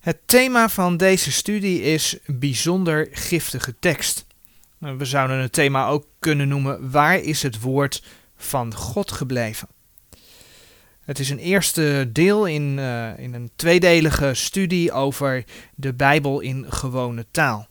Het thema van deze studie is bijzonder giftige tekst. We zouden het thema ook kunnen noemen: waar is het woord van God gebleven? Het is een eerste deel in een tweedelige studie over de Bijbel in gewone taal.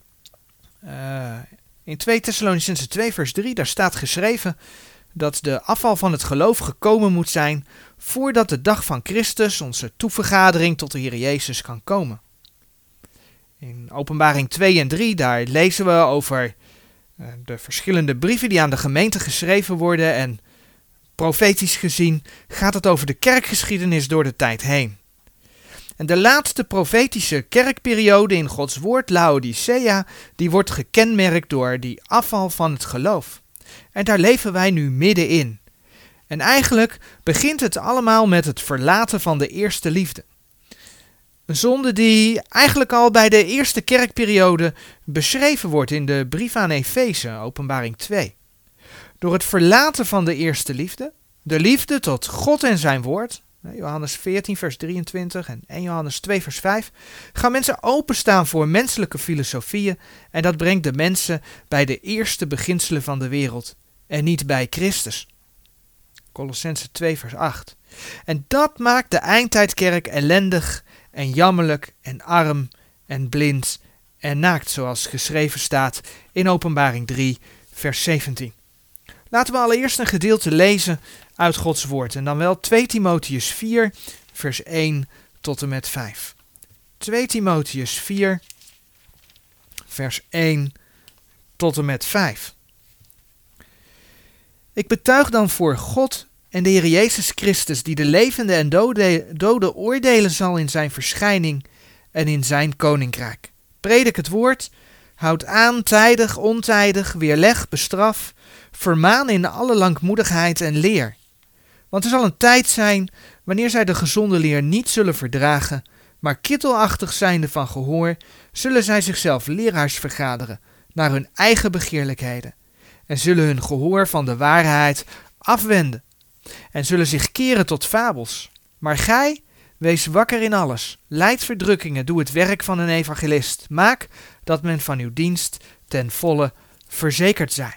In 2 Thessalonicenzen 2 vers 3, daar staat geschreven dat de afval van het geloof gekomen moet zijn voordat de dag van Christus, onze toevergadering tot de Heer Jezus, kan komen. In Openbaring 2 en 3, daar lezen we over de verschillende brieven die aan de gemeente geschreven worden en profetisch gezien gaat het over de kerkgeschiedenis door de tijd heen. En de laatste profetische kerkperiode in Gods woord, Laodicea, die wordt gekenmerkt door die afval van het geloof. En daar leven wij nu middenin. En eigenlijk begint het allemaal met het verlaten van de eerste liefde. Een zonde die eigenlijk al bij de eerste kerkperiode beschreven wordt in de brief aan Efeze, Openbaring 2. Door het verlaten van de eerste liefde, de liefde tot God en zijn woord, Johannes 14 vers 23 en 1 Johannes 2 vers 5, gaan mensen openstaan voor menselijke filosofieën en dat brengt de mensen bij de eerste beginselen van de wereld en niet bij Christus. Kolossenzen 2 vers 8. En dat maakt de eindtijdkerk ellendig en jammerlijk en arm en blind en naakt, zoals geschreven staat in Openbaring 3 vers 17. Laten we allereerst een gedeelte lezen uit Gods woord en dan wel 2 Timotheus 4 vers 1 tot en met 5. 2 Timotheus 4 vers 1 tot en met 5. Ik betuig dan voor God en de Heer Jezus Christus, die de levenden en doden oordelen zal in zijn verschijning en in zijn koninkrijk. Predik het woord, houd aan, tijdig, ontijdig, weerleg, bestraf, vermaan in alle langmoedigheid en leer. Want er zal een tijd zijn wanneer zij de gezonde leer niet zullen verdragen, maar kittelachtig zijnde van gehoor, zullen zij zichzelf leraars vergaderen naar hun eigen begeerlijkheden en zullen hun gehoor van de waarheid afwenden en zullen zich keren tot fabels. Maar gij, wees wakker in alles, lijd verdrukkingen, doe het werk van een evangelist, maak dat men van uw dienst ten volle verzekerd zij.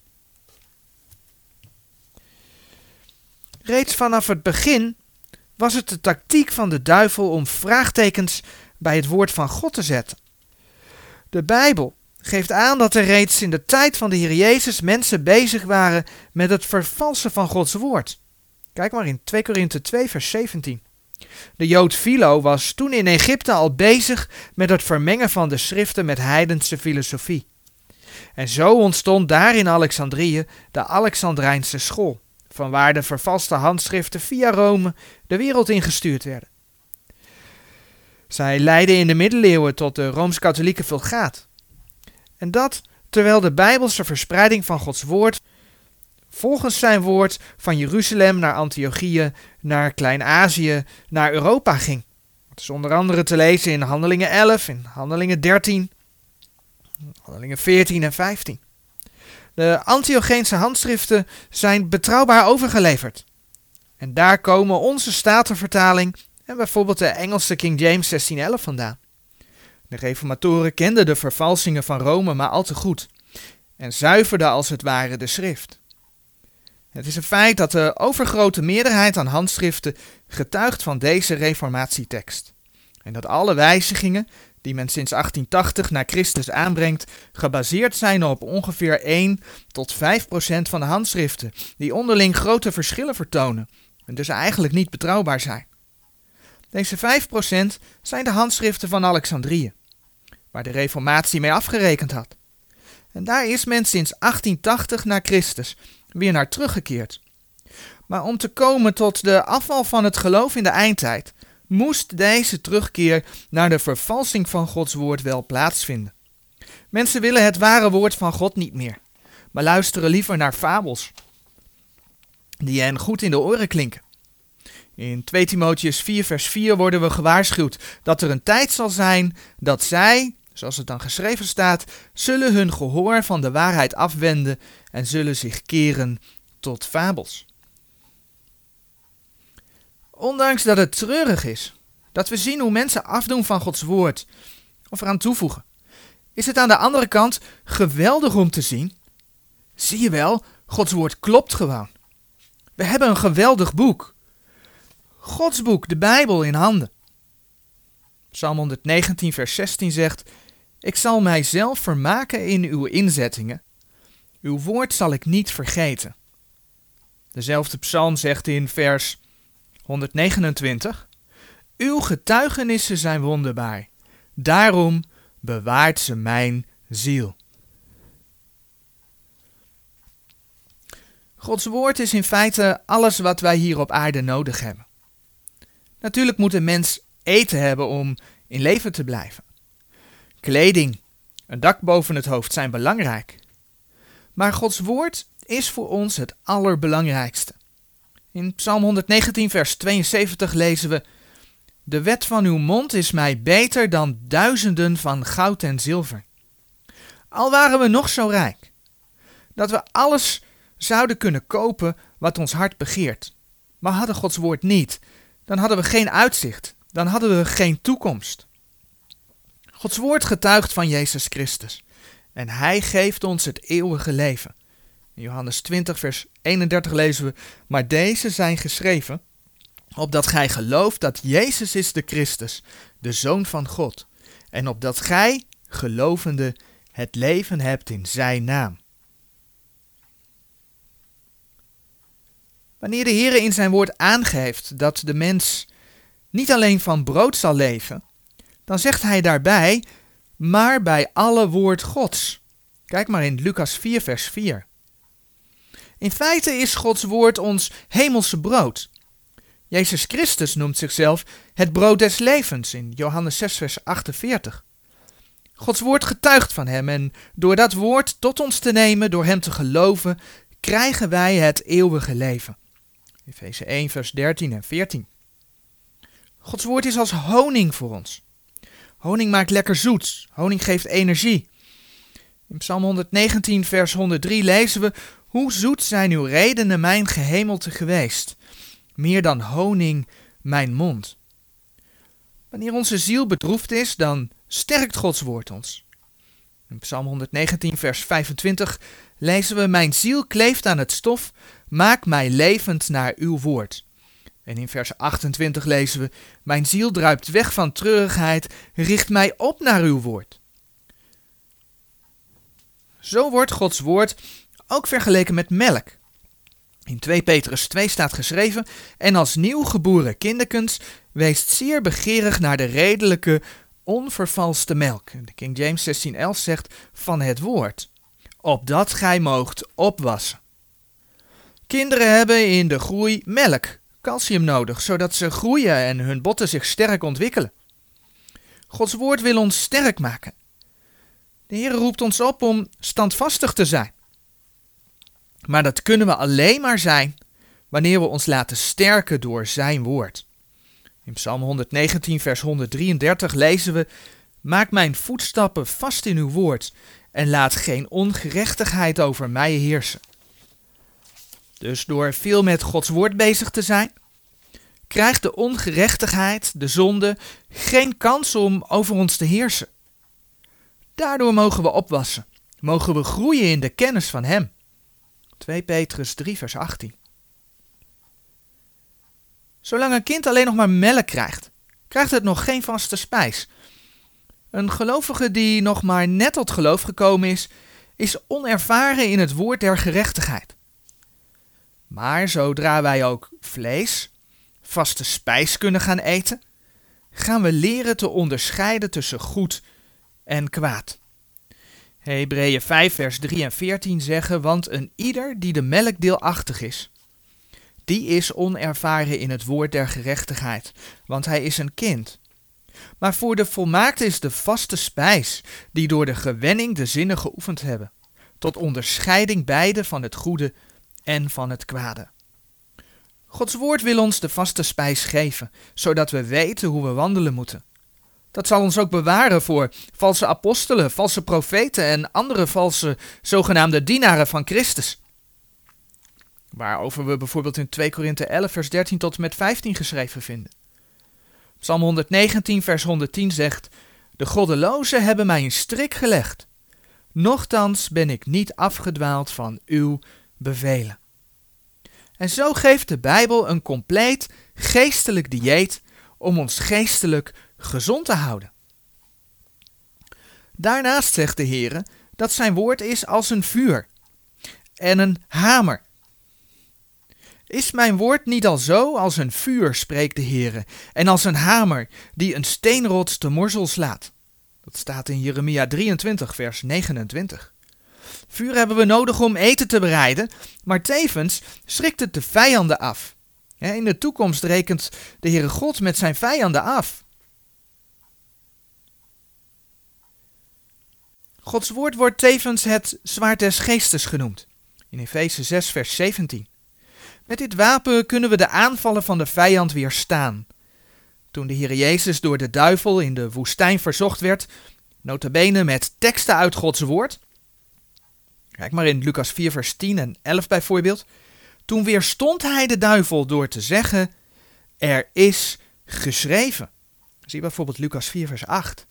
Reeds vanaf het begin was het de tactiek van de duivel om vraagtekens bij het woord van God te zetten. De Bijbel geeft aan dat er reeds in de tijd van de Heer Jezus mensen bezig waren met het vervalsen van Gods woord. Kijk maar in 2 Korinthe 2 vers 17. De Jood Philo was toen in Egypte al bezig met het vermengen van de schriften met heidense filosofie. En zo ontstond daar in Alexandrië de Alexandrijnse school, vanwaar de vervalste handschriften via Rome de wereld ingestuurd werden. Zij leidden in de middeleeuwen tot de Rooms-Katholieke Vulgaat. En dat terwijl de Bijbelse verspreiding van Gods woord volgens zijn woord van Jeruzalem naar Antiochië, naar Klein-Azië, naar Europa ging. Het is onder andere te lezen in Handelingen 11, in Handelingen 13, Handelingen 14 en 15. De Antiocheense handschriften zijn betrouwbaar overgeleverd. En daar komen onze Statenvertaling en bijvoorbeeld de Engelse King James 1611 vandaan. De reformatoren kenden de vervalsingen van Rome maar al te goed en zuiverden als het ware de schrift. Het is een feit dat de overgrote meerderheid aan handschriften getuigt van deze reformatietekst. En dat alle wijzigingen die men sinds 1880 naar Christus aanbrengt, gebaseerd zijn op ongeveer 1 tot 5% van de handschriften, die onderling grote verschillen vertonen en dus eigenlijk niet betrouwbaar zijn. Deze 5% zijn de handschriften van Alexandrië, waar de reformatie mee afgerekend had. En daar is men sinds 1880 na Christus weer naar teruggekeerd. Maar om te komen tot de afval van het geloof in de eindtijd, moest deze terugkeer naar de vervalsing van Gods woord wel plaatsvinden. Mensen willen het ware woord van God niet meer, maar luisteren liever naar fabels, die hen goed in de oren klinken. In 2 Timotheus 4 vers 4 worden we gewaarschuwd dat er een tijd zal zijn dat zij, zoals het dan geschreven staat, zullen hun gehoor van de waarheid afwenden en zullen zich keren tot fabels. Ondanks dat het treurig is Dat we zien hoe mensen afdoen van Gods woord of eraan toevoegen. Is het aan de andere kant geweldig om te zien? Zie je wel, Gods woord klopt gewoon. We hebben een geweldig boek. Gods boek, de Bijbel in handen. Psalm 119 vers 16 zegt: ik zal mijzelf vermaken in uw inzettingen. Uw woord zal ik niet vergeten. Dezelfde psalm zegt in vers 129: uw getuigenissen zijn wonderbaar. Daarom bewaart ze mijn ziel. Gods woord is in feite alles wat wij hier op aarde nodig hebben. Natuurlijk moet een mens eten hebben om in leven te blijven. Kleding, een dak boven het hoofd zijn belangrijk. Maar Gods woord is voor ons het allerbelangrijkste. In Psalm 119 vers 72 lezen we: de wet van uw mond is mij beter dan duizenden van goud en zilver. Al waren we nog zo rijk, dat we alles zouden kunnen kopen wat ons hart begeert. Maar hadden Gods woord niet, dan hadden we geen uitzicht, dan hadden we geen toekomst. Gods woord getuigt van Jezus Christus en hij geeft ons het eeuwige leven. In Johannes 20 vers 31 lezen we: maar deze zijn geschreven, opdat gij gelooft dat Jezus is de Christus, de Zoon van God, en opdat gij, gelovende, het leven hebt in zijn naam. Wanneer de Heer in zijn woord aangeeft dat de mens niet alleen van brood zal leven, dan zegt hij daarbij: maar bij alle woord Gods. Kijk maar in Lucas 4 vers 4. In feite is Gods woord ons hemelse brood. Jezus Christus noemt zichzelf het brood des levens in Johannes 6 vers 48. Gods woord getuigt van hem en door dat woord tot ons te nemen, door hem te geloven, krijgen wij het eeuwige leven. Efeze 1 vers 13 en 14. Gods woord is als honing voor ons. Honing maakt lekker zoet. Honing geeft energie. In Psalm 119 vers 103 lezen we: hoe zoet zijn uw redenen mijn gehemelte geweest, meer dan honing mijn mond. Wanneer onze ziel bedroefd is, dan sterkt Gods woord ons. In Psalm 119 vers 25 lezen we: mijn ziel kleeft aan het stof, maak mij levend naar uw woord. En in vers 28 lezen we: mijn ziel druipt weg van treurigheid, richt mij op naar uw woord. Zo wordt Gods woord ook vergeleken met melk. In 2 Petrus 2 staat geschreven: en als nieuwgeboren kinderkens weest zeer begeerig naar de redelijke, onvervalste melk. De King James 16:11 zegt: van het woord, opdat gij moogt opwassen. Kinderen hebben in de groei melk, calcium nodig, zodat ze groeien en hun botten zich sterk ontwikkelen. Gods woord wil ons sterk maken. De Heer roept ons op om standvastig te zijn. Maar dat kunnen we alleen maar zijn wanneer we ons laten sterken door zijn woord. In Psalm 119 vers 133 lezen we: maak mijn voetstappen vast in uw woord en laat geen ongerechtigheid over mij heersen. Dus door veel met Gods woord bezig te zijn, krijgt de ongerechtigheid, de zonde, geen kans om over ons te heersen. Daardoor mogen we opwassen, mogen we groeien in de kennis van hem. 2 Petrus 3 vers 18. Zolang een kind alleen nog maar melk krijgt, krijgt het nog geen vaste spijs. Een gelovige die nog maar net tot geloof gekomen is onervaren in het woord der gerechtigheid. Maar zodra wij ook vlees, vaste spijs kunnen gaan eten, gaan we leren te onderscheiden tussen goed en kwaad. Hebreeën 5 vers 3 en 14 zeggen: want een ieder die de melk deelachtig is, die is onervaren in het woord der gerechtigheid, want hij is een kind. Maar voor de volmaakte is de vaste spijs, die door de gewenning de zinnen geoefend hebben, tot onderscheiding beide van het goede en van het kwade. Gods woord wil ons de vaste spijs geven, zodat we weten hoe we wandelen moeten. Dat zal ons ook bewaren voor valse apostelen, valse profeten en andere valse zogenaamde dienaren van Christus. Waarover we bijvoorbeeld in 2 Korinthe 11 vers 13 tot en met 15 geschreven vinden. Psalm 119 vers 110 zegt: de goddelozen hebben mij een strik gelegd. Nochtans ben ik niet afgedwaald van uw bevelen. En zo geeft de Bijbel een compleet geestelijk dieet om ons geestelijk gezond te houden. Daarnaast zegt de Heer dat zijn woord is als een vuur en een hamer. Is mijn woord niet al zo als een vuur, spreekt de Heer, en als een hamer die een steenrots te morzel slaat? Dat staat in Jeremia 23 vers 29. Vuur hebben we nodig om eten te bereiden, maar tevens schrikt het de vijanden af. In de toekomst rekent de Heere God met zijn vijanden af. Gods woord wordt tevens het zwaard des geestes genoemd, in Efeze 6 vers 17. Met dit wapen kunnen we de aanvallen van de vijand weerstaan. Toen de Heer Jezus door de duivel in de woestijn verzocht werd, nota bene met teksten uit Gods woord. Kijk maar in Lucas 4 vers 10 en 11 bijvoorbeeld. Toen weerstond hij de duivel door te zeggen: er is geschreven. Zie bijvoorbeeld Lucas 4 vers 8.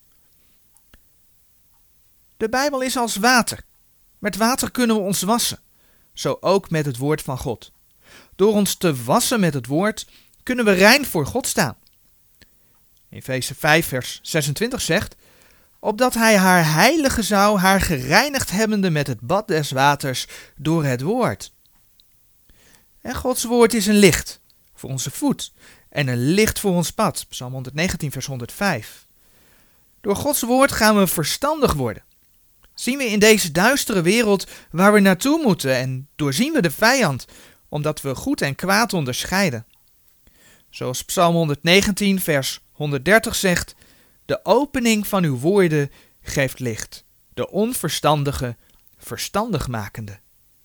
De Bijbel is als water. Met water kunnen we ons wassen. Zo ook met het woord van God. Door ons te wassen met het woord kunnen we rein voor God staan. Efeze 5 vers 26 zegt: opdat hij haar heilige zou, haar gereinigd hebbende met het bad des waters door het woord. En Gods woord is een licht voor onze voet en een licht voor ons pad. Psalm 119 vers 105. Door Gods woord gaan we verstandig worden. Zien we in deze duistere wereld waar we naartoe moeten en doorzien we de vijand, omdat we goed en kwaad onderscheiden. Zoals Psalm 119 vers 130 zegt: de opening van uw woorden geeft licht, de onverstandige verstandig makende.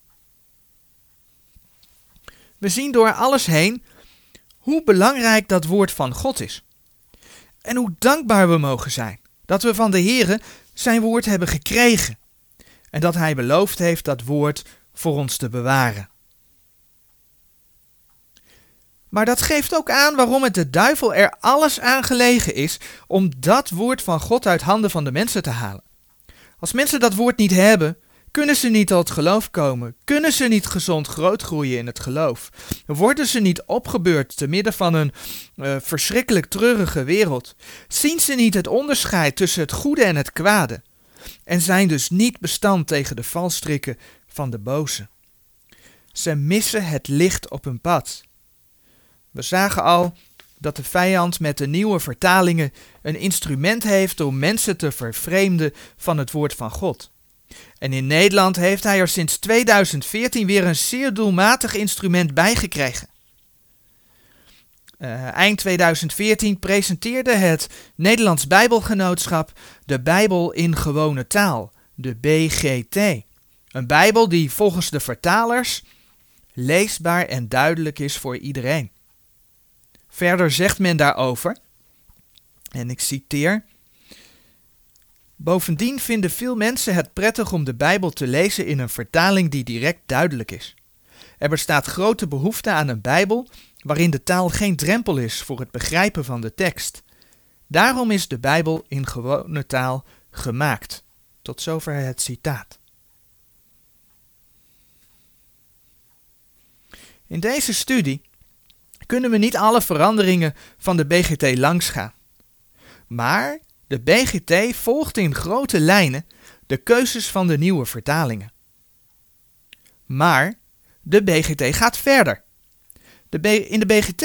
We zien door alles heen hoe belangrijk dat woord van God is. En hoe dankbaar we mogen zijn dat we van de Heere zijn woord hebben gekregen. En dat hij beloofd heeft dat woord voor ons te bewaren. Maar dat geeft ook aan waarom het de duivel er alles aan gelegen is om dat woord van God uit handen van de mensen te halen. Als mensen dat woord niet hebben, kunnen ze niet tot geloof komen, kunnen ze niet gezond grootgroeien in het geloof, worden ze niet opgebeurd te midden van een verschrikkelijk treurige wereld, zien ze niet het onderscheid tussen het goede en het kwade en zijn dus niet bestand tegen de valstrikken van de boze. Ze missen het licht op hun pad. We zagen al dat de vijand met de nieuwe vertalingen een instrument heeft om mensen te vervreemden van het woord van God. En in Nederland heeft hij er sinds 2014 weer een zeer doelmatig instrument bijgekregen. Eind 2014 presenteerde het Nederlands Bijbelgenootschap de Bijbel in gewone taal, de BGT. Een Bijbel die volgens de vertalers leesbaar en duidelijk is voor iedereen. Verder zegt men daarover, en ik citeer: bovendien vinden veel mensen het prettig om de Bijbel te lezen in een vertaling die direct duidelijk is. Er bestaat grote behoefte aan een Bijbel waarin de taal geen drempel is voor het begrijpen van de tekst. Daarom is de Bijbel in gewone taal gemaakt. Tot zover het citaat. In deze studie kunnen we niet alle veranderingen van de BGT langsgaan. Maar de BGT volgt in grote lijnen de keuzes van de nieuwe vertalingen. Maar de BGT gaat verder. In de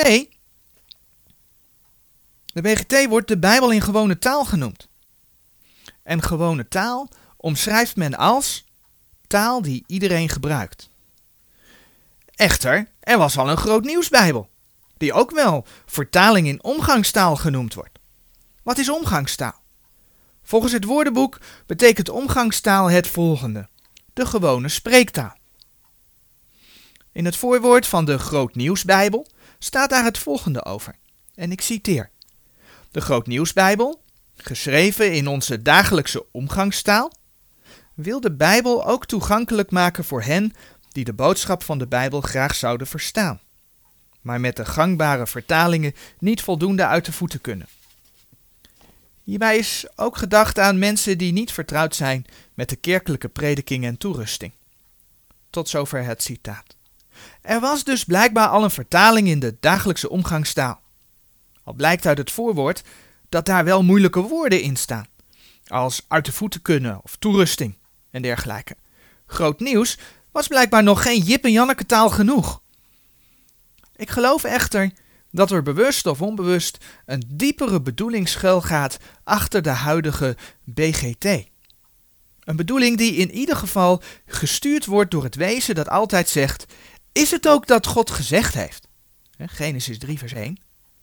BGT wordt de Bijbel in gewone taal genoemd. En gewone taal omschrijft men als taal die iedereen gebruikt. Echter, er was al een groot nieuwsbijbel, die ook wel vertaling in omgangstaal genoemd wordt. Wat is omgangstaal? Volgens het woordenboek betekent omgangstaal het volgende: de gewone spreektaal. In het voorwoord van de Grootnieuwsbijbel staat daar het volgende over, en ik citeer: de Grootnieuwsbijbel, geschreven in onze dagelijkse omgangstaal, wil de Bijbel ook toegankelijk maken voor hen die de boodschap van de Bijbel graag zouden verstaan. maar met de gangbare vertalingen niet voldoende uit de voeten kunnen. Hierbij is ook gedacht aan mensen die niet vertrouwd zijn met de kerkelijke prediking en toerusting. Tot zover het citaat. Er was dus blijkbaar al een vertaling in de dagelijkse omgangstaal. Al blijkt uit het voorwoord dat daar wel moeilijke woorden in staan, als uit de voeten kunnen of toerusting en dergelijke. Groot nieuws was blijkbaar nog geen Jip en Janneke taal genoeg. Ik geloof echter dat er bewust of onbewust een diepere bedoeling schuilgaat achter de huidige BGT. Een bedoeling die in ieder geval gestuurd wordt door het wezen dat altijd zegt: is het ook dat God gezegd heeft? Genesis 3 vers 1.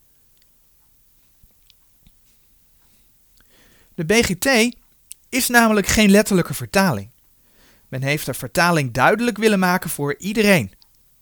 De BGT is namelijk geen letterlijke vertaling. Men heeft de vertaling duidelijk willen maken voor iedereen.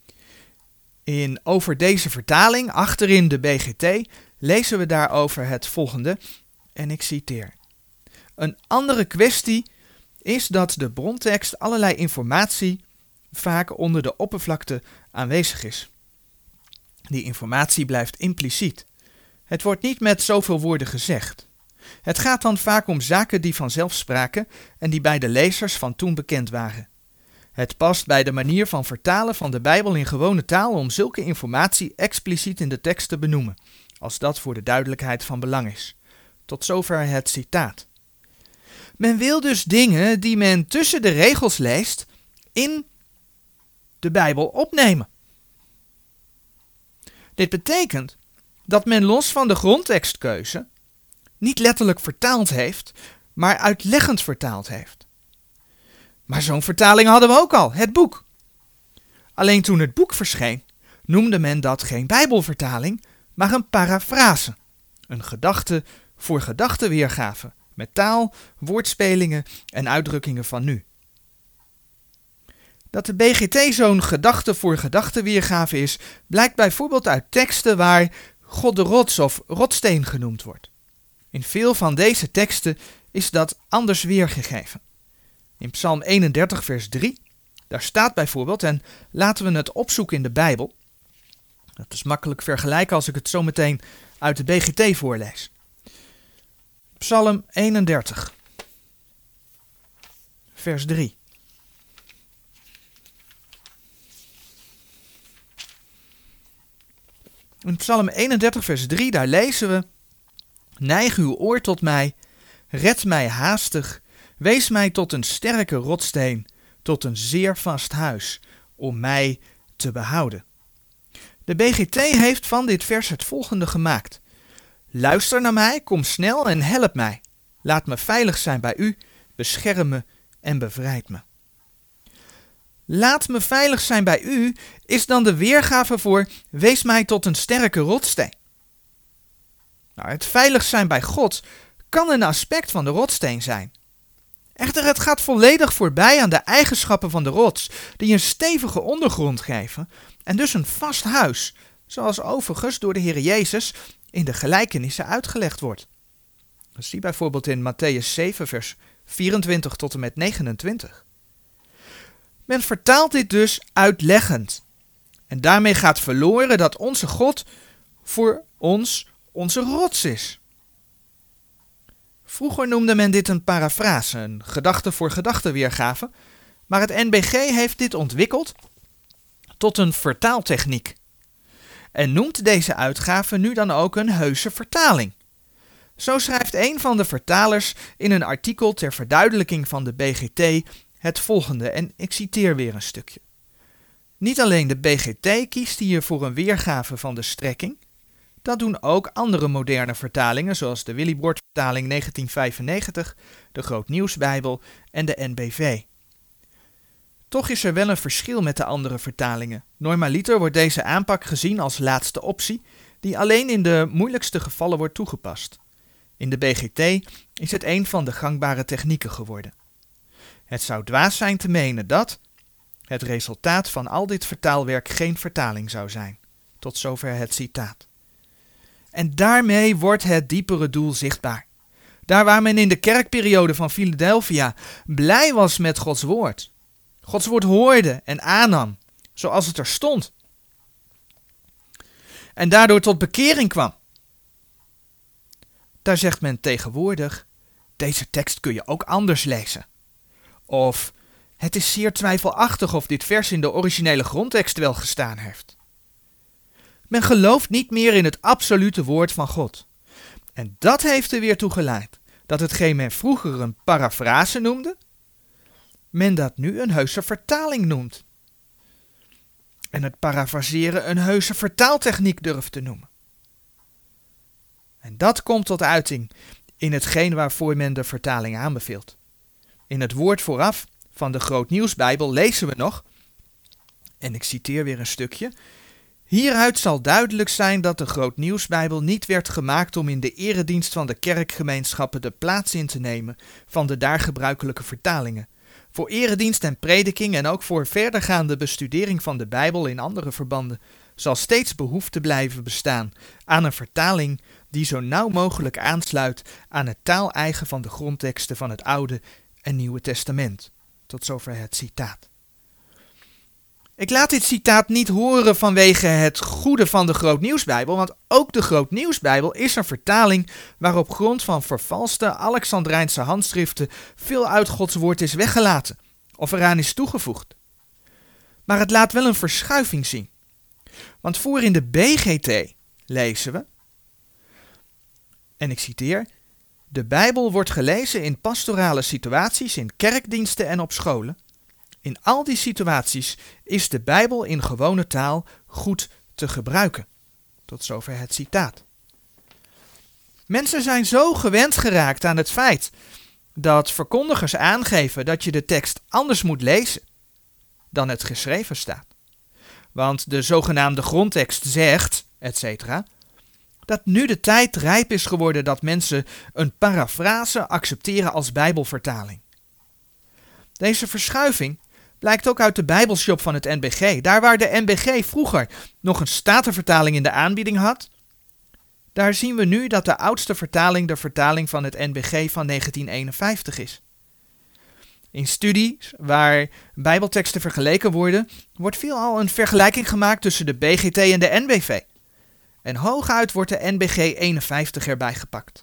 Over deze vertaling, achterin de BGT, lezen we daarover het volgende, en ik citeer. Een andere kwestie is dat de brontekst allerlei informatie vaak onder de oppervlakte aanwezig is. Die informatie blijft impliciet. Het wordt niet met zoveel woorden gezegd. Het gaat dan vaak om zaken die vanzelf spraken en die bij de lezers van toen bekend waren. Het past bij de manier van vertalen van de Bijbel in gewone taal om zulke informatie expliciet in de tekst te benoemen, als dat voor de duidelijkheid van belang is. Tot zover het citaat. Men wil dus dingen die men tussen de regels leest, in de Bijbel opnemen. Dit betekent dat men los van de grondtekstkeuze niet letterlijk vertaald heeft, maar uitleggend vertaald heeft. Maar zo'n vertaling hadden we ook al, het boek. Alleen toen het boek verscheen, noemde men dat geen Bijbelvertaling, maar een parafrase. Een gedachte voor gedachte weergave, met taal, woordspelingen en uitdrukkingen van nu. Dat de BGT zo'n gedachte voor gedachte weergave is, blijkt bijvoorbeeld uit teksten waar God de rots of rotssteen genoemd wordt. In veel van deze teksten is dat anders weergegeven. In Psalm 31 vers 3, daar staat bijvoorbeeld, en laten we het opzoeken in de Bijbel. Dat is makkelijk vergelijken als ik het zo meteen uit de BGT voorlees. Psalm 31 vers 3. In Psalm 31 vers 3, daar lezen we: Neig uw oor tot mij, red mij haastig, wees mij tot een sterke rotssteen, tot een zeer vast huis, om mij te behouden. De BGT heeft van dit vers het volgende gemaakt: Luister naar mij, kom snel en help mij. Laat me veilig zijn bij u, bescherm me en bevrijd me. Laat me veilig zijn bij u is dan de weergave voor wees mij tot een sterke rotssteen. Nou, het veilig zijn bij God kan een aspect van de rotssteen zijn. Echter, het gaat volledig voorbij aan de eigenschappen van de rots, die een stevige ondergrond geven en dus een vast huis, zoals overigens door de Heer Jezus in de gelijkenissen uitgelegd wordt. Zie bijvoorbeeld in Mattheüs 7 vers 24 tot en met 29. Men vertaalt dit dus uitleggend. En daarmee gaat verloren dat onze God voor ons onze rots is. Vroeger noemde men dit een parafrase, een gedachte voor gedachte weergave, maar het NBG heeft dit ontwikkeld tot een vertaaltechniek. En noemt deze uitgave nu dan ook een heuse vertaling. Zo schrijft een van de vertalers in een artikel ter verduidelijking van de BGT het volgende, en ik citeer weer een stukje. Niet alleen de BGT kiest hier voor een weergave van de strekking, dat doen ook andere moderne vertalingen zoals de Willibrord-vertaling 1995, de Groot Nieuwsbijbel en de NBV. Toch is er wel een verschil met de andere vertalingen. Normaliter wordt deze aanpak gezien als laatste optie, die alleen in de moeilijkste gevallen wordt toegepast. In de BGT is het een van de gangbare technieken geworden. Het zou dwaas zijn te menen dat het resultaat van al dit vertaalwerk geen vertaling zou zijn. Tot zover het citaat. En daarmee wordt het diepere doel zichtbaar. Daar waar men in de kerkperiode van Philadelphia blij was met Gods woord hoorde en aannam, zoals het er stond, en daardoor tot bekering kwam. Daar zegt men tegenwoordig, deze tekst kun je ook anders lezen. Of, het is zeer twijfelachtig of dit vers in de originele grondtekst wel gestaan heeft. Men gelooft niet meer in het absolute woord van God. En dat heeft er weer toe geleid dat hetgeen men vroeger een parafrase noemde, men dat nu een heuse vertaling noemt. En het parafraseren een heuse vertaaltechniek durft te noemen. En dat komt tot uiting in hetgeen waarvoor men de vertaling aanbeveelt. In het woord vooraf van de Grootnieuwsbijbel lezen we nog, en ik citeer weer een stukje: hieruit zal duidelijk zijn dat de Grootnieuwsbijbel niet werd gemaakt om in de eredienst van de kerkgemeenschappen de plaats in te nemen van de daar gebruikelijke vertalingen. Voor eredienst en prediking en ook voor verdergaande bestudering van de Bijbel in andere verbanden zal steeds behoefte blijven bestaan aan een vertaling die zo nauw mogelijk aansluit aan het taaleigen van de grondteksten van het Oude en Nieuwe Testament. Tot zover het citaat. Ik laat dit citaat niet horen vanwege het goede van de Grootnieuwsbijbel, want ook de Grootnieuwsbijbel is een vertaling waar op grond van vervalste Alexandrijnse handschriften veel uit Gods woord is weggelaten of eraan is toegevoegd. Maar het laat wel een verschuiving zien. Want voor in de BGT lezen we, en ik citeer: de Bijbel wordt gelezen in pastorale situaties, in kerkdiensten en op scholen. In al die situaties is de Bijbel in gewone taal goed te gebruiken. Tot zover het citaat. Mensen zijn zo gewend geraakt aan het feit dat verkondigers aangeven dat je de tekst anders moet lezen dan het geschreven staat. Want de zogenaamde grondtekst zegt, etc., dat nu de tijd rijp is geworden dat mensen een parafrase accepteren als Bijbelvertaling. Deze verschuiving blijkt ook uit de Bijbelshop van het NBG. Daar waar de NBG vroeger nog een Statenvertaling in de aanbieding had, daar zien we nu dat de oudste vertaling de vertaling van het NBG van 1951 is. In studies waar Bijbelteksten vergeleken worden, wordt veelal een vergelijking gemaakt tussen de BGT en de NBV. En hooguit wordt de NBG 51 erbij gepakt.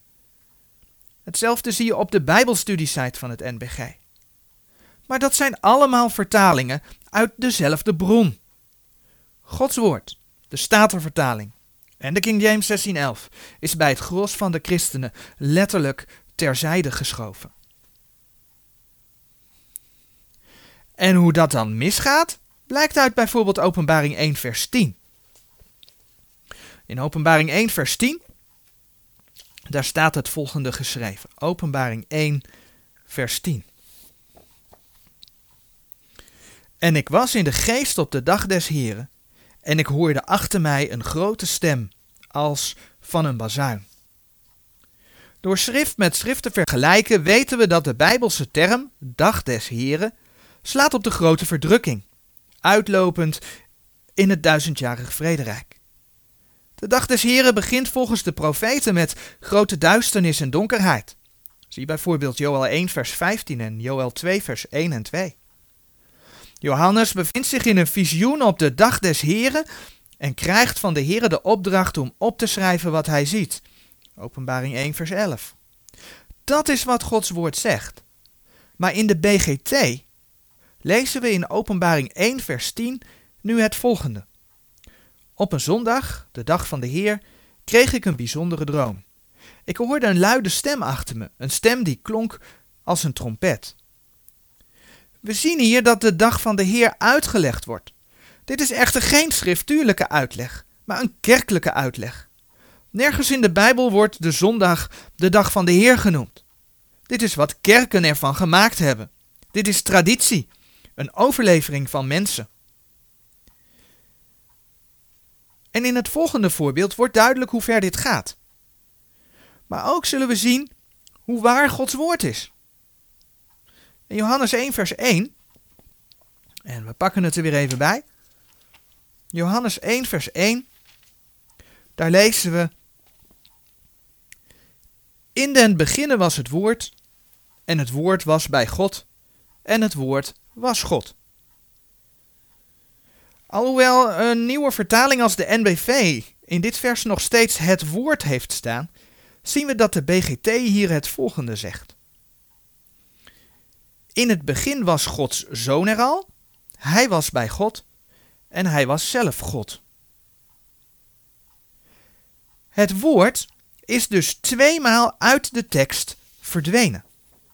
Hetzelfde zie je op de Bijbelstudiesite van het NBG. Maar dat zijn allemaal vertalingen uit dezelfde bron. Gods woord, de Statenvertaling en de King James 1611 is bij het gros van de christenen letterlijk terzijde geschoven. En hoe dat dan misgaat, blijkt uit bijvoorbeeld Openbaring 1 vers 10. In Openbaring 1 vers 10, daar staat het volgende geschreven. Openbaring 1 vers 10. En ik was in de geest op de dag des Heren, en ik hoorde achter mij een grote stem, als van een bazuin. Door schrift met schrift te vergelijken, weten we dat de Bijbelse term, dag des Heren, slaat op de grote verdrukking, uitlopend in het 1000-jarig vrederijk. De dag des Heren begint volgens de profeten met grote duisternis en donkerheid. Zie bijvoorbeeld Joël 1 vers 15 en Joël 2 vers 1 en 2. Johannes bevindt zich in een visioen op de dag des Heren en krijgt van de Here de opdracht om op te schrijven wat hij ziet. Openbaring 1 vers 11. Dat is wat Gods woord zegt. Maar in de BGT lezen we in Openbaring 1 vers 10 nu het volgende. Op een zondag, de dag van de Heer, kreeg ik een bijzondere droom. Ik hoorde een luide stem achter me, een stem die klonk als een trompet. We zien hier dat de dag van de Heer uitgelegd wordt. Dit is echter geen schriftuurlijke uitleg, maar een kerkelijke uitleg. Nergens in de Bijbel wordt de zondag de dag van de Heer genoemd. Dit is wat kerken ervan gemaakt hebben. Dit is traditie, een overlevering van mensen. En in het volgende voorbeeld wordt duidelijk hoe ver dit gaat. Maar ook zullen we zien hoe waar Gods woord is. In Johannes 1 vers 1, en we pakken het er weer even bij. Johannes 1 vers 1, daar lezen we: in den beginnen was het woord, en het woord was bij God, en het woord was God. Alhoewel een nieuwe vertaling als de NBV in dit vers nog steeds het woord heeft staan, zien we dat de BGT hier het volgende zegt. In het begin was Gods Zoon er al, hij was bij God en hij was zelf God. Het woord is dus 2 maal uit de tekst verdwenen.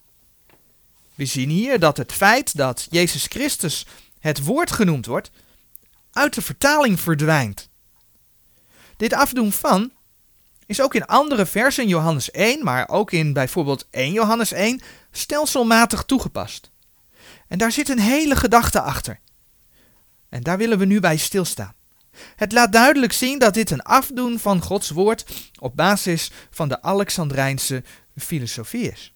We zien hier dat het feit dat Jezus Christus het woord genoemd wordt, uit de vertaling verdwijnt. Dit afdoen van is ook in andere versen in Johannes 1, maar ook in bijvoorbeeld 1 Johannes 1, stelselmatig toegepast. En daar zit een hele gedachte achter. En daar willen we nu bij stilstaan. Het laat duidelijk zien dat dit een afdoen van Gods woord op basis van de Alexandrijnse filosofie is.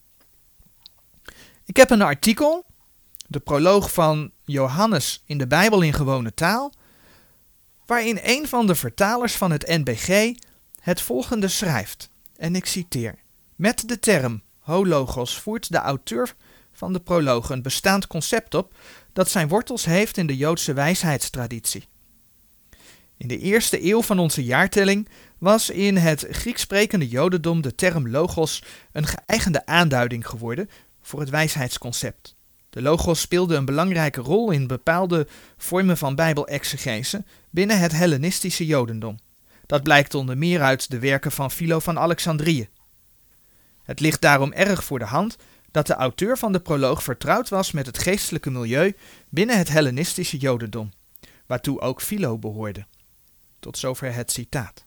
Ik heb een artikel, de proloog van Johannes in de Bijbel in gewone taal, waarin een van de vertalers van het NBG het volgende schrijft. En ik citeer. Met de term hologos voert de auteur van de proloog een bestaand concept op dat zijn wortels heeft in de Joodse wijsheidstraditie. In de eerste eeuw van onze jaartelling was in het Grieks sprekende Jodendom de term logos een geëigende aanduiding geworden voor het wijsheidsconcept. De logos speelde een belangrijke rol in bepaalde vormen van bijbelexegese binnen het Hellenistische Jodendom. Dat blijkt onder meer uit de werken van Philo van Alexandrië. Het ligt daarom erg voor de hand dat de auteur van de proloog vertrouwd was met het geestelijke milieu binnen het Hellenistische Jodendom, waartoe ook Philo behoorde. Tot zover het citaat.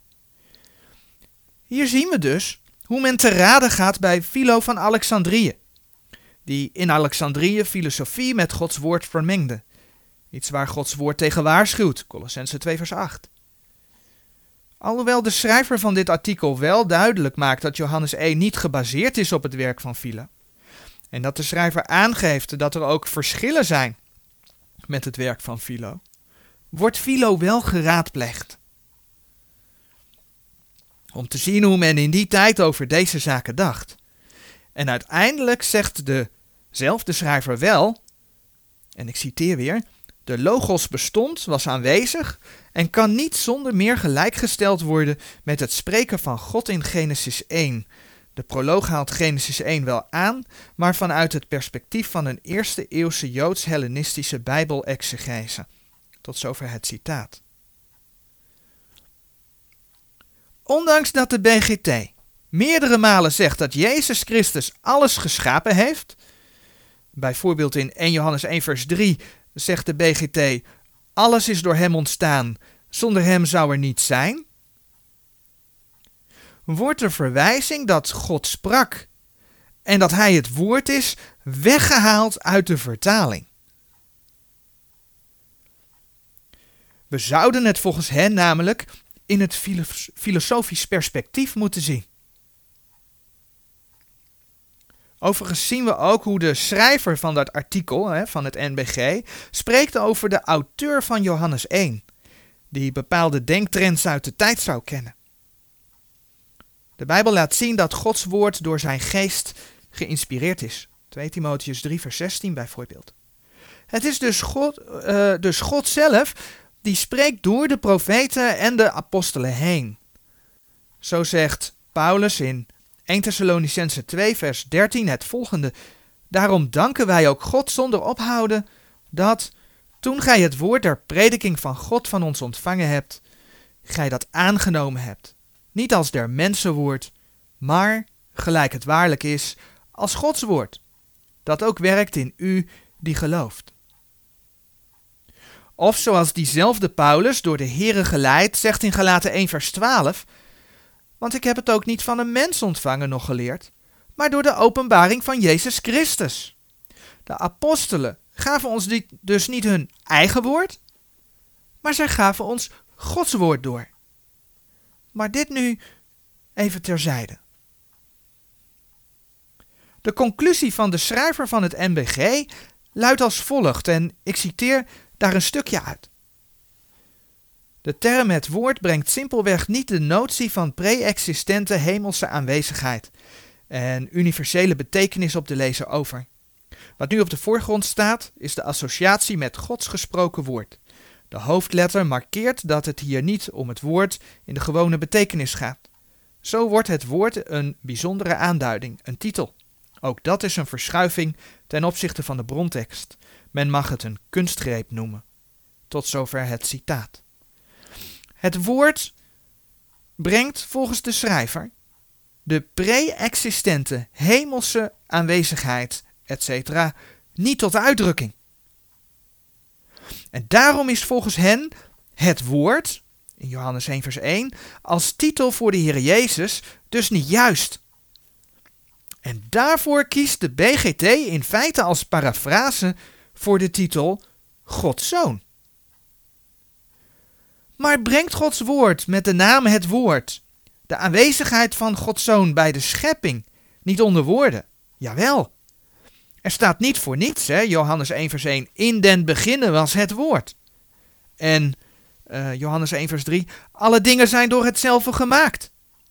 Hier zien we dus hoe men te rade gaat bij Philo van Alexandrië, die in Alexandrië filosofie met Gods woord vermengde. Iets waar Gods woord tegen waarschuwt, Kolossenzen 2 vers 8. Alhoewel de schrijver van dit artikel wel duidelijk maakt dat Johannes 1 niet gebaseerd is op het werk van Philo, en dat de schrijver aangeeft dat er ook verschillen zijn met het werk van Philo, wordt Philo wel geraadpleegd. Om te zien hoe men in die tijd over deze zaken dacht. En uiteindelijk zegt dezelfde schrijver wel, en ik citeer weer, de logos bestond, was aanwezig en kan niet zonder meer gelijkgesteld worden met het spreken van God in Genesis 1. De proloog haalt Genesis 1 wel aan, maar vanuit het perspectief van een eerste eeuwse Joods-Hellenistische Bijbelexegese. Tot zover het citaat. Ondanks dat de BGT meerdere malen zegt dat Jezus Christus alles geschapen heeft, bijvoorbeeld in 1 Johannes 1 vers 3 zegt de BGT, alles is door hem ontstaan, zonder hem zou er niets zijn, wordt de verwijzing dat God sprak en dat hij het woord is, weggehaald uit de vertaling. We zouden het volgens hen namelijk in het filosofisch perspectief moeten zien. Overigens zien we ook hoe de schrijver van dat artikel, van het NBG, spreekt over de auteur van Johannes 1, die bepaalde denktrends uit de tijd zou kennen. De Bijbel laat zien dat Gods woord door zijn geest geïnspireerd is. 2 Timotheüs 3 vers 16 bijvoorbeeld. Het is dus God zelf die spreekt door de profeten en de apostelen heen. Zo zegt Paulus in 1 Thessalonicenzen 2 vers 13 het volgende. Daarom danken wij ook God zonder ophouden dat, toen gij het woord der prediking van God van ons ontvangen hebt, gij dat aangenomen hebt. Niet als der mensen woord, maar, gelijk het waarlijk is, als Gods woord, dat ook werkt in u die gelooft. Of zoals diezelfde Paulus door de Here geleid zegt in Galaten 1 vers 12, want ik heb het ook niet van een mens ontvangen nog geleerd, maar door de openbaring van Jezus Christus. De apostelen gaven ons dus niet hun eigen woord, maar zij gaven ons Gods woord door. Maar dit nu even terzijde. De conclusie van de schrijver van het NBG luidt als volgt, en ik citeer daar een stukje uit. De term het woord brengt simpelweg niet de notie van pre-existente hemelse aanwezigheid en universele betekenis op de lezer over. Wat nu op de voorgrond staat, is de associatie met Gods gesproken woord. De hoofdletter markeert dat het hier niet om het woord in de gewone betekenis gaat. Zo wordt het woord een bijzondere aanduiding, een titel. Ook dat is een verschuiving ten opzichte van de brontekst. Men mag het een kunstgreep noemen. Tot zover het citaat. Het woord brengt volgens de schrijver de pre-existente hemelse aanwezigheid, etc. niet tot uitdrukking. En daarom is volgens hen het woord, in Johannes 1 vers 1, als titel voor de Heer Jezus dus niet juist. En daarvoor kiest de BGT in feite als parafrase voor de titel Gods Zoon. Maar brengt Gods woord met de naam het woord de aanwezigheid van Gods Zoon bij de schepping niet onder woorden? Jawel. Er staat niet voor niets, Johannes 1 vers 1, in den beginnen was het woord. En Johannes 1 vers 3, alle dingen zijn door hetzelfde gemaakt.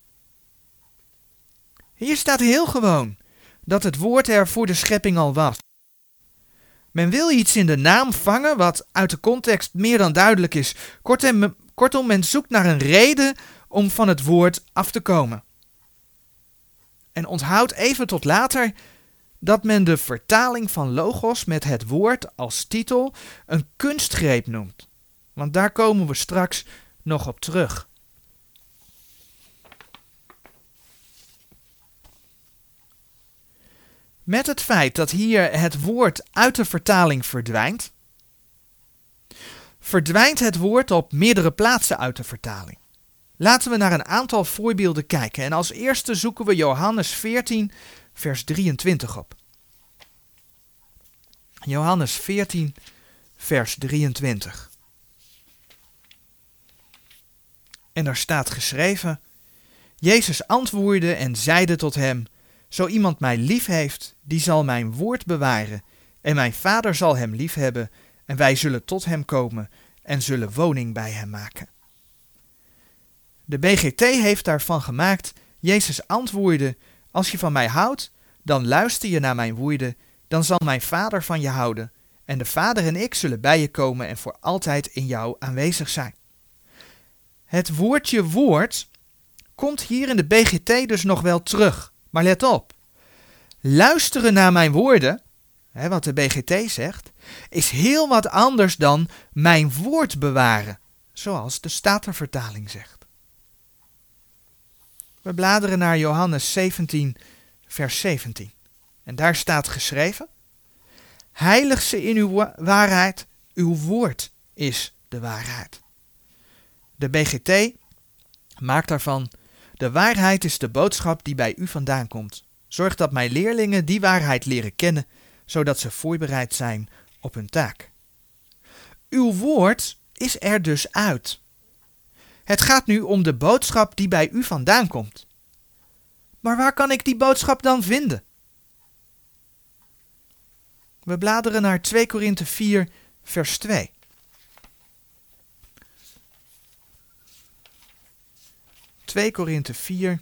Hier staat heel gewoon dat het woord er voor de schepping al was. Men wil iets in de naam vangen wat uit de context meer dan duidelijk is. Kortom, men zoekt naar een reden om van het woord af te komen. En onthoud even tot later dat men de vertaling van logos met het woord als titel een kunstgreep noemt. Want daar komen we straks nog op terug. Met het feit dat hier het woord uit de vertaling verdwijnt, verdwijnt het woord op meerdere plaatsen uit de vertaling. Laten we naar een aantal voorbeelden kijken. En als eerste zoeken we Johannes 14, vers 23 op. Johannes 14, vers 23. En daar staat geschreven: Jezus antwoordde en zeide tot hem: Zo iemand mij lief heeft, die zal mijn woord bewaren. En mijn Vader zal hem lief hebben. En wij zullen tot hem komen en zullen woning bij hem maken. De BGT heeft daarvan gemaakt: Jezus antwoordde: Als je van mij houdt, dan luister je naar mijn woorden. Dan zal mijn Vader van je houden. En de Vader en ik zullen bij je komen en voor altijd in jou aanwezig zijn. Het woordje woord komt hier in de BGT dus nog wel terug. Maar let op. Luisteren naar mijn woorden, wat de BGT zegt, is heel wat anders dan mijn woord bewaren. Zoals de Statenvertaling zegt. We bladeren naar Johannes 17, vers 17. En daar staat geschreven: Heilig ze in uw waarheid, uw woord is de waarheid. De BGT maakt daarvan: de waarheid is de boodschap die bij u vandaan komt. Zorg dat mijn leerlingen die waarheid leren kennen, zodat ze voorbereid zijn op hun taak. Uw woord is er dus uit. Het gaat nu om de boodschap die bij u vandaan komt. Maar waar kan ik die boodschap dan vinden? We bladeren naar 2 Korinthe 4, vers 2. 2 Korinthe 4,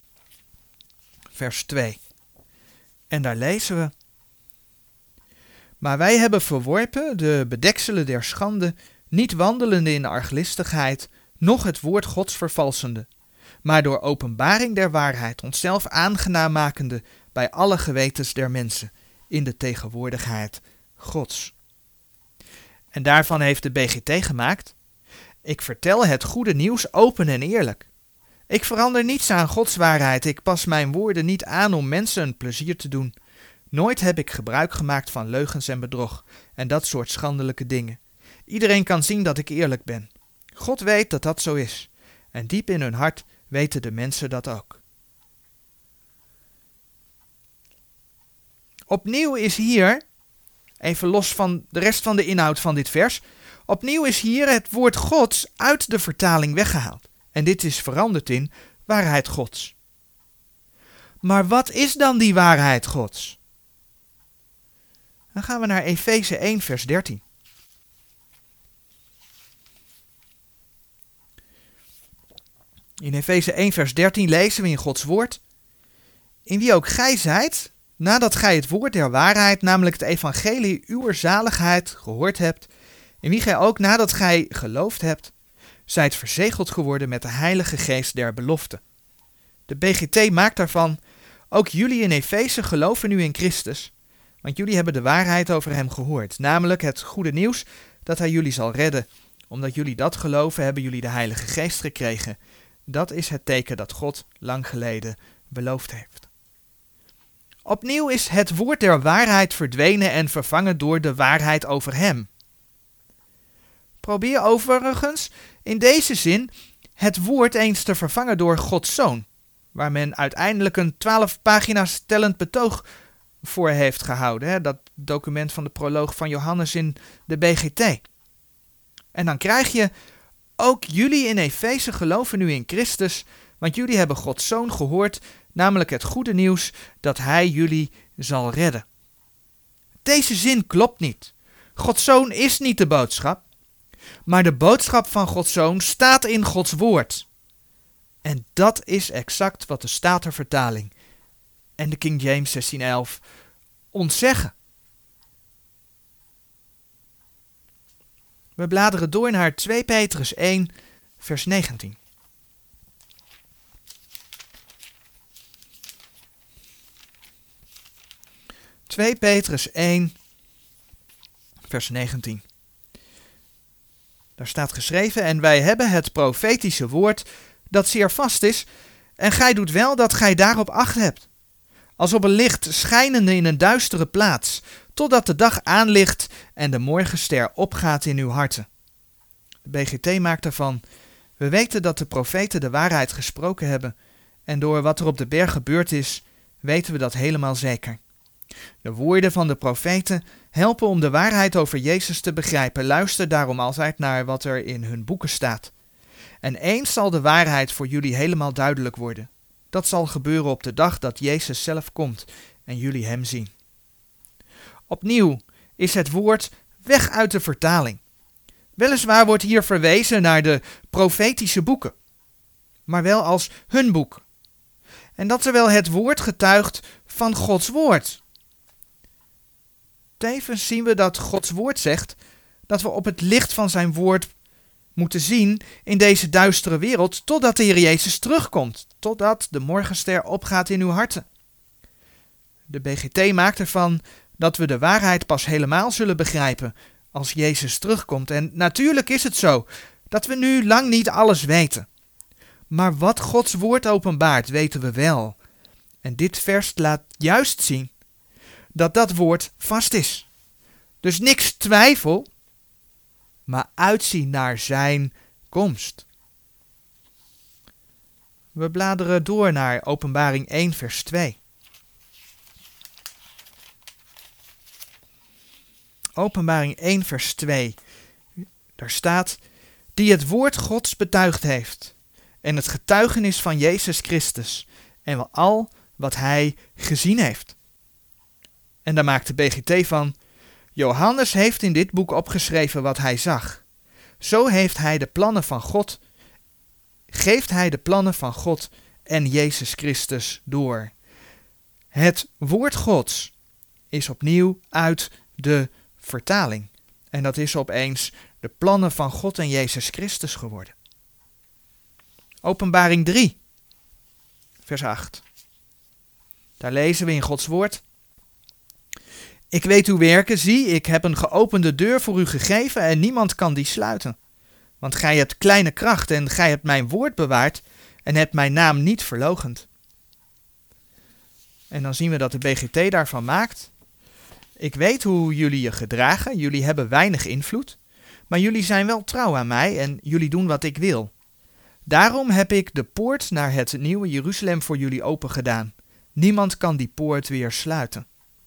vers 2. En daar lezen we: Maar wij hebben verworpen de bedekselen der schande, niet wandelende in arglistigheid, noch het woord Gods vervalsende, maar door openbaring der waarheid onszelf aangenaam makende bij alle gewetens der mensen, in de tegenwoordigheid Gods. En daarvan heeft de BGT gemaakt: Ik vertel het goede nieuws open en eerlijk. Ik verander niets aan Gods waarheid. Ik pas mijn woorden niet aan om mensen een plezier te doen. Nooit heb ik gebruik gemaakt van leugens en bedrog en dat soort schandelijke dingen. Iedereen kan zien dat ik eerlijk ben. God weet dat dat zo is. En diep in hun hart weten de mensen dat ook. Opnieuw is hier, even los van de rest van de inhoud van dit vers, opnieuw is hier het woord Gods uit de vertaling weggehaald. En dit is veranderd in waarheid Gods. Maar wat is dan die waarheid Gods? Dan gaan we naar Efeze 1, vers 13. In Efeze 1, vers 13 lezen we in Gods woord: In wie ook gij zijt, nadat gij het woord der waarheid, namelijk het evangelie uwer zaligheid, gehoord hebt, in wie gij ook nadat gij geloofd hebt, zijt verzegeld geworden met de Heilige Geest der belofte. De BGT maakt daarvan: ook jullie in Efeze geloven nu in Christus, want jullie hebben de waarheid over hem gehoord, namelijk het goede nieuws dat hij jullie zal redden. Omdat jullie dat geloven, hebben jullie de Heilige Geest gekregen. Dat is het teken dat God lang geleden beloofd heeft. Opnieuw is het woord der waarheid verdwenen en vervangen door de waarheid over hem. Probeer overigens in deze zin het woord eens te vervangen door Gods Zoon, waar men uiteindelijk een 12 pagina's tellend betoog voor heeft gehouden. Dat document van de proloog van Johannes in de BGT. En dan krijg je: ook jullie in Efeze geloven nu in Christus, want jullie hebben Gods Zoon gehoord, namelijk het goede nieuws dat hij jullie zal redden. Deze zin klopt niet. Gods Zoon is niet de boodschap, maar de boodschap van Gods Zoon staat in Gods woord. En dat is exact wat de Statenvertaling en de King James 1611 ons zeggen. We bladeren door naar 2 Petrus 1, vers 19. 2 Petrus 1, vers 19. Daar staat geschreven: en wij hebben het profetische woord dat zeer vast is, en gij doet wel dat gij daarop acht hebt, als op een licht schijnende in een duistere plaats, totdat de dag aanlicht en de morgenster opgaat in uw harten. De BGT maakt ervan: we weten dat de profeten de waarheid gesproken hebben, en door wat er op de berg gebeurd is, weten we dat helemaal zeker. De woorden van de profeten helpen om de waarheid over Jezus te begrijpen. Luister daarom altijd naar wat er in hun boeken staat. En eens zal de waarheid voor jullie helemaal duidelijk worden. Dat zal gebeuren op de dag dat Jezus zelf komt en jullie hem zien. Opnieuw is het woord weg uit de vertaling. Weliswaar wordt hier verwezen naar de profetische boeken, maar wel als hun boek. En dat terwijl het woord getuigt van Gods woord. Tevens zien we dat Gods woord zegt dat we op het licht van zijn woord moeten zien in deze duistere wereld, totdat de Heer Jezus terugkomt, totdat de morgenster opgaat in uw harten. De BGT maakt ervan dat we de waarheid pas helemaal zullen begrijpen als Jezus terugkomt. En natuurlijk is het zo dat we nu lang niet alles weten. Maar wat Gods woord openbaart, weten we wel. En dit vers laat juist zien dat dat woord vast is. Dus niks twijfel, maar uitzien naar zijn komst. We bladeren door naar Openbaring 1 vers 2. Openbaring 1 vers 2. Daar staat: die het woord Gods betuigd heeft en het getuigenis van Jezus Christus en wel al wat hij gezien heeft. En daar maakt de BGT van: Johannes heeft in dit boek opgeschreven wat hij zag. Zo geeft hij de plannen van God en Jezus Christus door. Het woord Gods is opnieuw uit de vertaling. En dat is opeens de plannen van God en Jezus Christus geworden. Openbaring 3, vers 8. Daar lezen we in Gods woord: ik weet uw werken, zie, ik heb een geopende deur voor u gegeven en niemand kan die sluiten. Want gij hebt kleine kracht en gij hebt mijn woord bewaard en hebt mijn naam niet verloochend. En dan zien we dat de BGT daarvan maakt: ik weet hoe jullie je gedragen, jullie hebben weinig invloed, maar jullie zijn wel trouw aan mij en jullie doen wat ik wil. Daarom heb ik de poort naar het nieuwe Jeruzalem voor jullie opengedaan. Niemand kan die poort weer sluiten.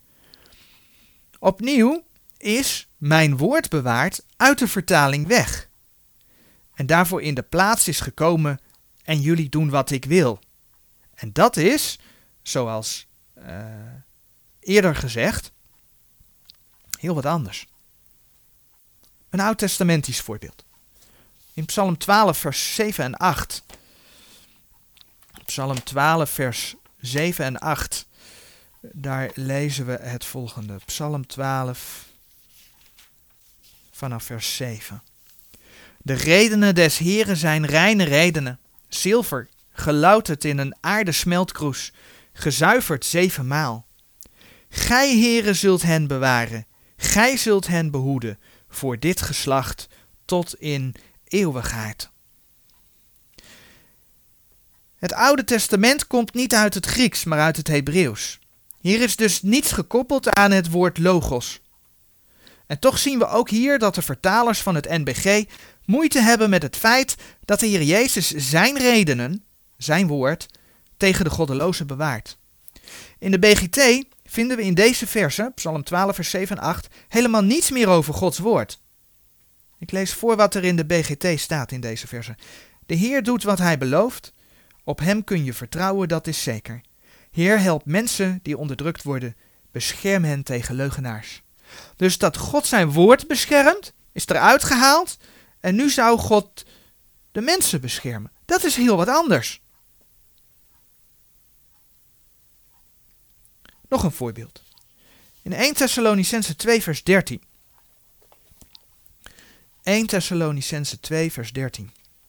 Opnieuw is mijn woord bewaard uit de vertaling weg. En daarvoor in de plaats is gekomen en jullie doen wat ik wil. En dat is, zoals eerder gezegd, heel wat anders. Een oud-testamentisch voorbeeld. In Psalm 12 vers 7 en 8. Psalm 12 vers 7 en 8. Daar lezen we het volgende. Psalm 12 vanaf vers 7. De redenen des Heren zijn reine redenen, zilver, gelouterd in een aarden smeltkroes, gezuiverd 7 maal. Gij, Heere, zult hen bewaren, gij zult hen behoeden, voor dit geslacht tot in eeuwigheid. Het Oude Testament komt niet uit het Grieks, maar uit het Hebreeuws. Hier is dus niets gekoppeld aan het woord logos. En toch zien we ook hier dat de vertalers van het NBG moeite hebben met het feit dat de Heer Jezus zijn redenen, zijn woord, tegen de goddelozen bewaart. In de BGT vinden we in deze versen, Psalm 12 vers 7 en 8, helemaal niets meer over Gods woord. Ik lees voor wat er in de BGT staat in deze versen. De Heer doet wat hij belooft, op hem kun je vertrouwen, dat is zeker. Heer, help mensen die onderdrukt worden, bescherm hen tegen leugenaars. Dus dat God zijn woord beschermt, is eruit gehaald en nu zou God de mensen beschermen. Dat is heel wat anders. Nog een voorbeeld. In 1 Thessalonicenzen 2 vers 13. 1 Thessalonicenzen 2 vers 13.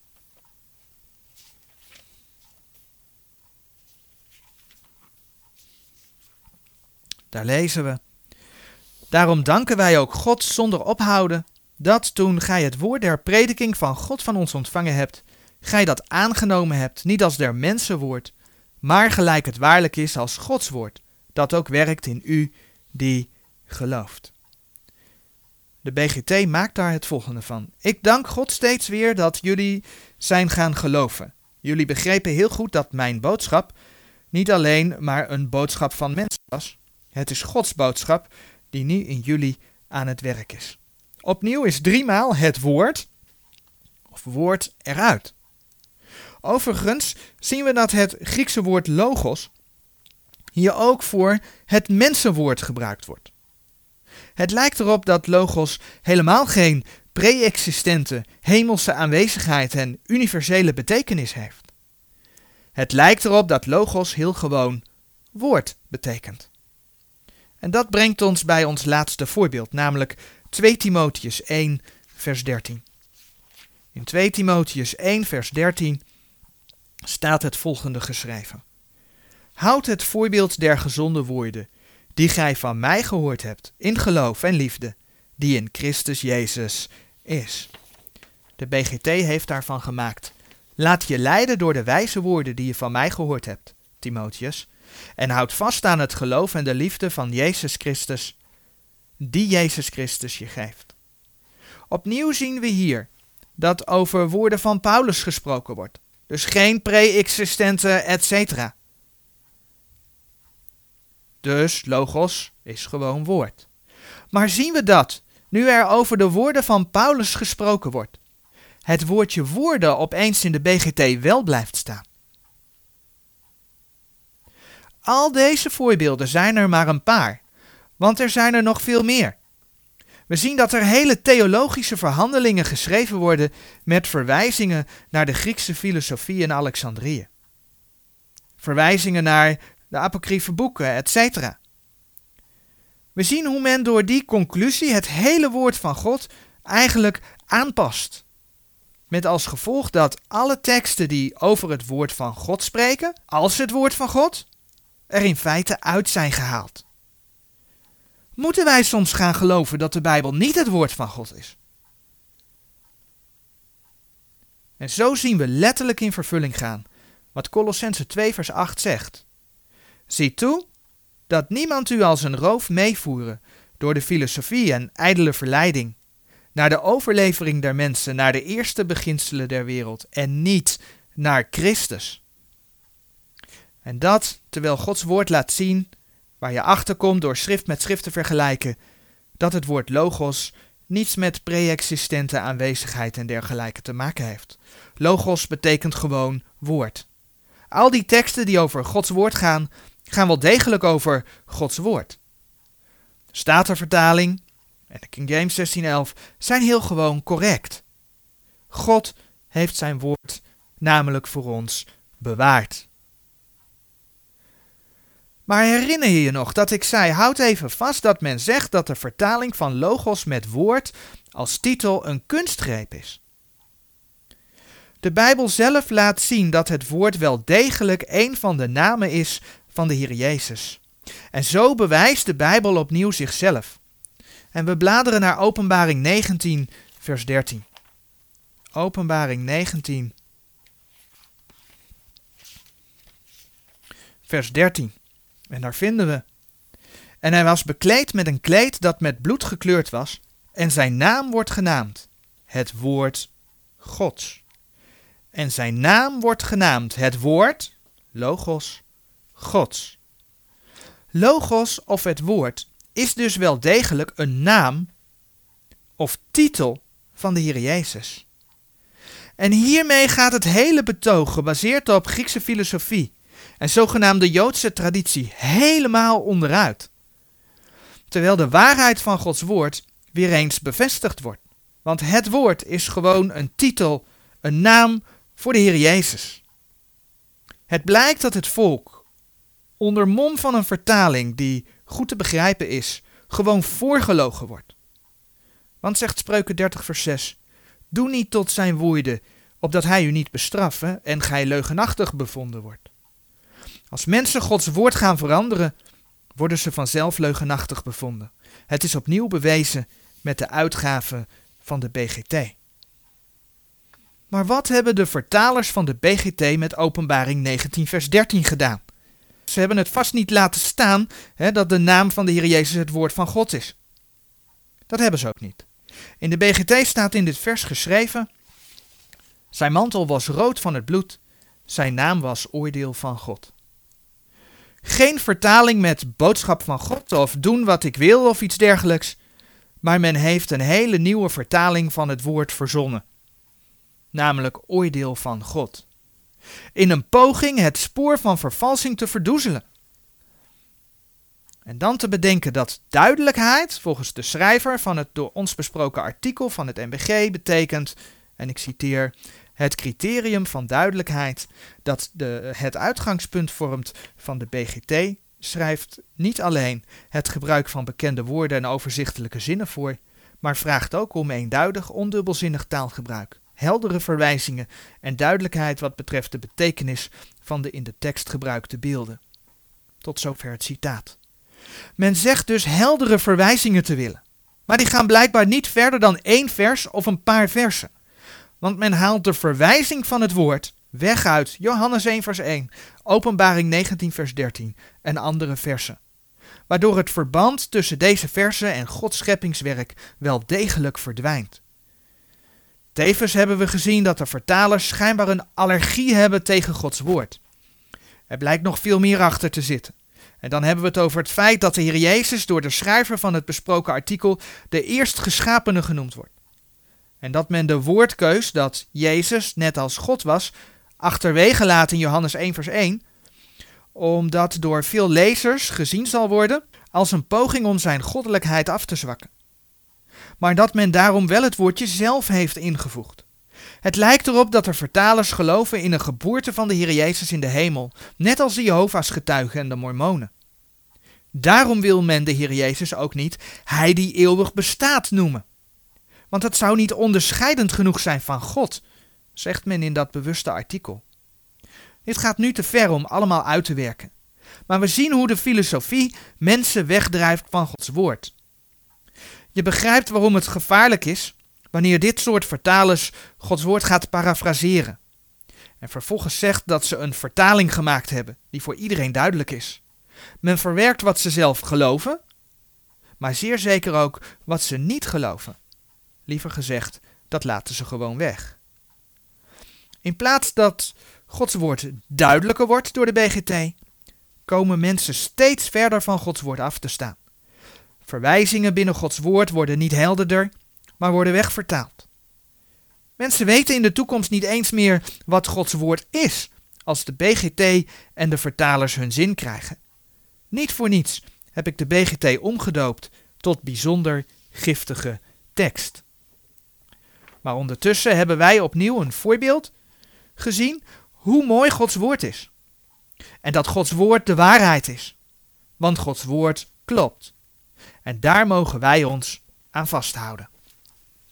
Daar lezen we. Daarom danken wij ook God zonder ophouden, dat toen gij het woord der prediking van God van ons ontvangen hebt, gij dat aangenomen hebt, niet als der mensen woord, maar gelijk het waarlijk is als Gods woord, dat ook werkt in u die gelooft. De BGT maakt daar het volgende van. Ik dank God steeds weer dat jullie zijn gaan geloven. Jullie begrepen heel goed dat mijn boodschap niet alleen maar een boodschap van mensen was. Het is Gods boodschap die nu in jullie aan het werk is. Opnieuw is 3 maal het woord of woord eruit. Overigens zien we dat het Griekse woord logos hier ook voor het mensenwoord gebruikt wordt. Het lijkt erop dat logos helemaal geen pre-existente hemelse aanwezigheid en universele betekenis heeft. Het lijkt erop dat logos heel gewoon woord betekent. En dat brengt ons bij ons laatste voorbeeld, namelijk 2 Timotheüs 1 vers 13. In 2 Timotheüs 1 vers 13 staat het volgende geschreven. Houd het voorbeeld der gezonde woorden, die gij van mij gehoord hebt, in geloof en liefde, die in Christus Jezus is. De BGT heeft daarvan gemaakt. Laat je leiden door de wijze woorden die je van mij gehoord hebt, Timotheus, en houd vast aan het geloof en de liefde van Jezus Christus, die Jezus Christus je geeft. Opnieuw zien we hier dat over woorden van Paulus gesproken wordt. Dus geen pre-existente etc. Dus logos is gewoon woord. Maar zien we dat, nu er over de woorden van Paulus gesproken wordt, het woordje woorden opeens in de BGT wel blijft staan? Al deze voorbeelden zijn er maar een paar, want er zijn er nog veel meer. We zien dat er hele theologische verhandelingen geschreven worden met verwijzingen naar de Griekse filosofie in Alexandrië. Verwijzingen naar de apocryfe boeken, etc. We zien hoe men door die conclusie het hele woord van God eigenlijk aanpast. Met als gevolg dat alle teksten die over het woord van God spreken, als het woord van God, er in feite uit zijn gehaald. Moeten wij soms gaan geloven dat de Bijbel niet het woord van God is? En zo zien we letterlijk in vervulling gaan wat Kolossenzen 2 vers 8 zegt. Zie toe dat niemand u als een roof meevoeren door de filosofie en ijdele verleiding, naar de overlevering der mensen, naar de eerste beginselen der wereld en niet naar Christus. En dat terwijl Gods woord laat zien, waar je achterkomt door schrift met schrift te vergelijken, dat het woord logos niets met pre-existente aanwezigheid en dergelijke te maken heeft. Logos betekent gewoon woord. Al die teksten die over Gods woord gaan wel degelijk over Gods woord. De Statenvertaling en de King James 1611 zijn heel gewoon correct. God heeft zijn woord namelijk voor ons bewaard. Maar herinner je je nog dat ik zei, houd even vast dat men zegt dat de vertaling van logos met woord als titel een kunstgreep is. De Bijbel zelf laat zien dat het woord wel degelijk een van de namen is van de Heer Jezus. En zo bewijst de Bijbel opnieuw zichzelf. En we bladeren naar Openbaring 19, vers 13. Openbaring 19, vers 13. En daar vinden we. En hij was bekleed met een kleed dat met bloed gekleurd was. En zijn naam wordt genaamd het woord Gods. En zijn naam wordt genaamd het woord, logos, Gods. Logos of het woord is dus wel degelijk een naam of titel van de Heer Jezus. En hiermee gaat het hele betoog, gebaseerd op Griekse filosofie en zogenaamde Joodse traditie, helemaal onderuit. Terwijl de waarheid van Gods woord weer eens bevestigd wordt. Want het woord is gewoon een titel, een naam voor de Heer Jezus. Het blijkt dat het volk onder mom van een vertaling die goed te begrijpen is, gewoon voorgelogen wordt. Want zegt Spreuken 30 vers 6, doe niet tot zijn woede, opdat hij u niet bestraffen en gij leugenachtig bevonden wordt. Als mensen Gods woord gaan veranderen, worden ze vanzelf leugenachtig bevonden. Het is opnieuw bewezen met de uitgave van de BGT. Maar wat hebben de vertalers van de BGT met Openbaring 19 vers 13 gedaan? Ze hebben het vast niet laten staan dat de naam van de Heer Jezus het woord van God is. Dat hebben ze ook niet. In de BGT staat in dit vers geschreven, zijn mantel was rood van het bloed, zijn naam was oordeel van God. Geen vertaling met boodschap van God of doen wat ik wil of iets dergelijks, maar men heeft een hele nieuwe vertaling van het woord verzonnen. Namelijk oordeel van God. In een poging het spoor van vervalsing te verdoezelen. En dan te bedenken dat duidelijkheid, volgens de schrijver van het door ons besproken artikel van het NBG, betekent, en ik citeer, het criterium van duidelijkheid dat het uitgangspunt vormt van de BGT, schrijft niet alleen het gebruik van bekende woorden en overzichtelijke zinnen voor, maar vraagt ook om eenduidig, ondubbelzinnig taalgebruik, heldere verwijzingen en duidelijkheid wat betreft de betekenis van de in de tekst gebruikte beelden. Tot zover het citaat. Men zegt dus heldere verwijzingen te willen, maar die gaan blijkbaar niet verder dan 1 vers of een paar versen. Want men haalt de verwijzing van het woord weg uit Johannes 1 vers 1, Openbaring 19 vers 13 en andere versen. Waardoor het verband tussen deze versen en Gods scheppingswerk wel degelijk verdwijnt. Tevens hebben we gezien dat de vertalers schijnbaar een allergie hebben tegen Gods woord. Er blijkt nog veel meer achter te zitten. En dan hebben we het over het feit dat de Heer Jezus door de schrijver van het besproken artikel de eerstgeschapene genoemd wordt. En dat men de woordkeus dat Jezus net als God was, achterwege laat in Johannes 1 vers 1, omdat door veel lezers gezien zal worden als een poging om zijn goddelijkheid af te zwakken. Maar dat men daarom wel het woordje zelf heeft ingevoegd. Het lijkt erop dat de vertalers geloven in een geboorte van de Heer Jezus in de hemel, net als de Jehovah's getuigen en de Mormonen. Daarom wil men de Heer Jezus ook niet hij die eeuwig bestaat noemen. Want het zou niet onderscheidend genoeg zijn van God, zegt men in dat bewuste artikel. Dit gaat nu te ver om allemaal uit te werken. Maar we zien hoe de filosofie mensen wegdrijft van Gods woord. Je begrijpt waarom het gevaarlijk is wanneer dit soort vertalers Gods woord gaat parafraseren. En vervolgens zegt dat ze een vertaling gemaakt hebben die voor iedereen duidelijk is. Men verwerkt wat ze zelf geloven, maar zeer zeker ook wat ze niet geloven. Liever gezegd, dat laten ze gewoon weg. In plaats dat Gods woord duidelijker wordt door de BGT, komen mensen steeds verder van Gods woord af te staan. Verwijzingen binnen Gods woord worden niet helderder, maar worden wegvertaald. Mensen weten in de toekomst niet eens meer wat Gods woord is, als de BGT en de vertalers hun zin krijgen. Niet voor niets heb ik de BGT omgedoopt tot bijzonder giftige tekst. Maar ondertussen hebben wij opnieuw een voorbeeld gezien hoe mooi Gods woord is. En dat Gods woord de waarheid is. want Gods woord klopt. En daar mogen wij ons aan vasthouden.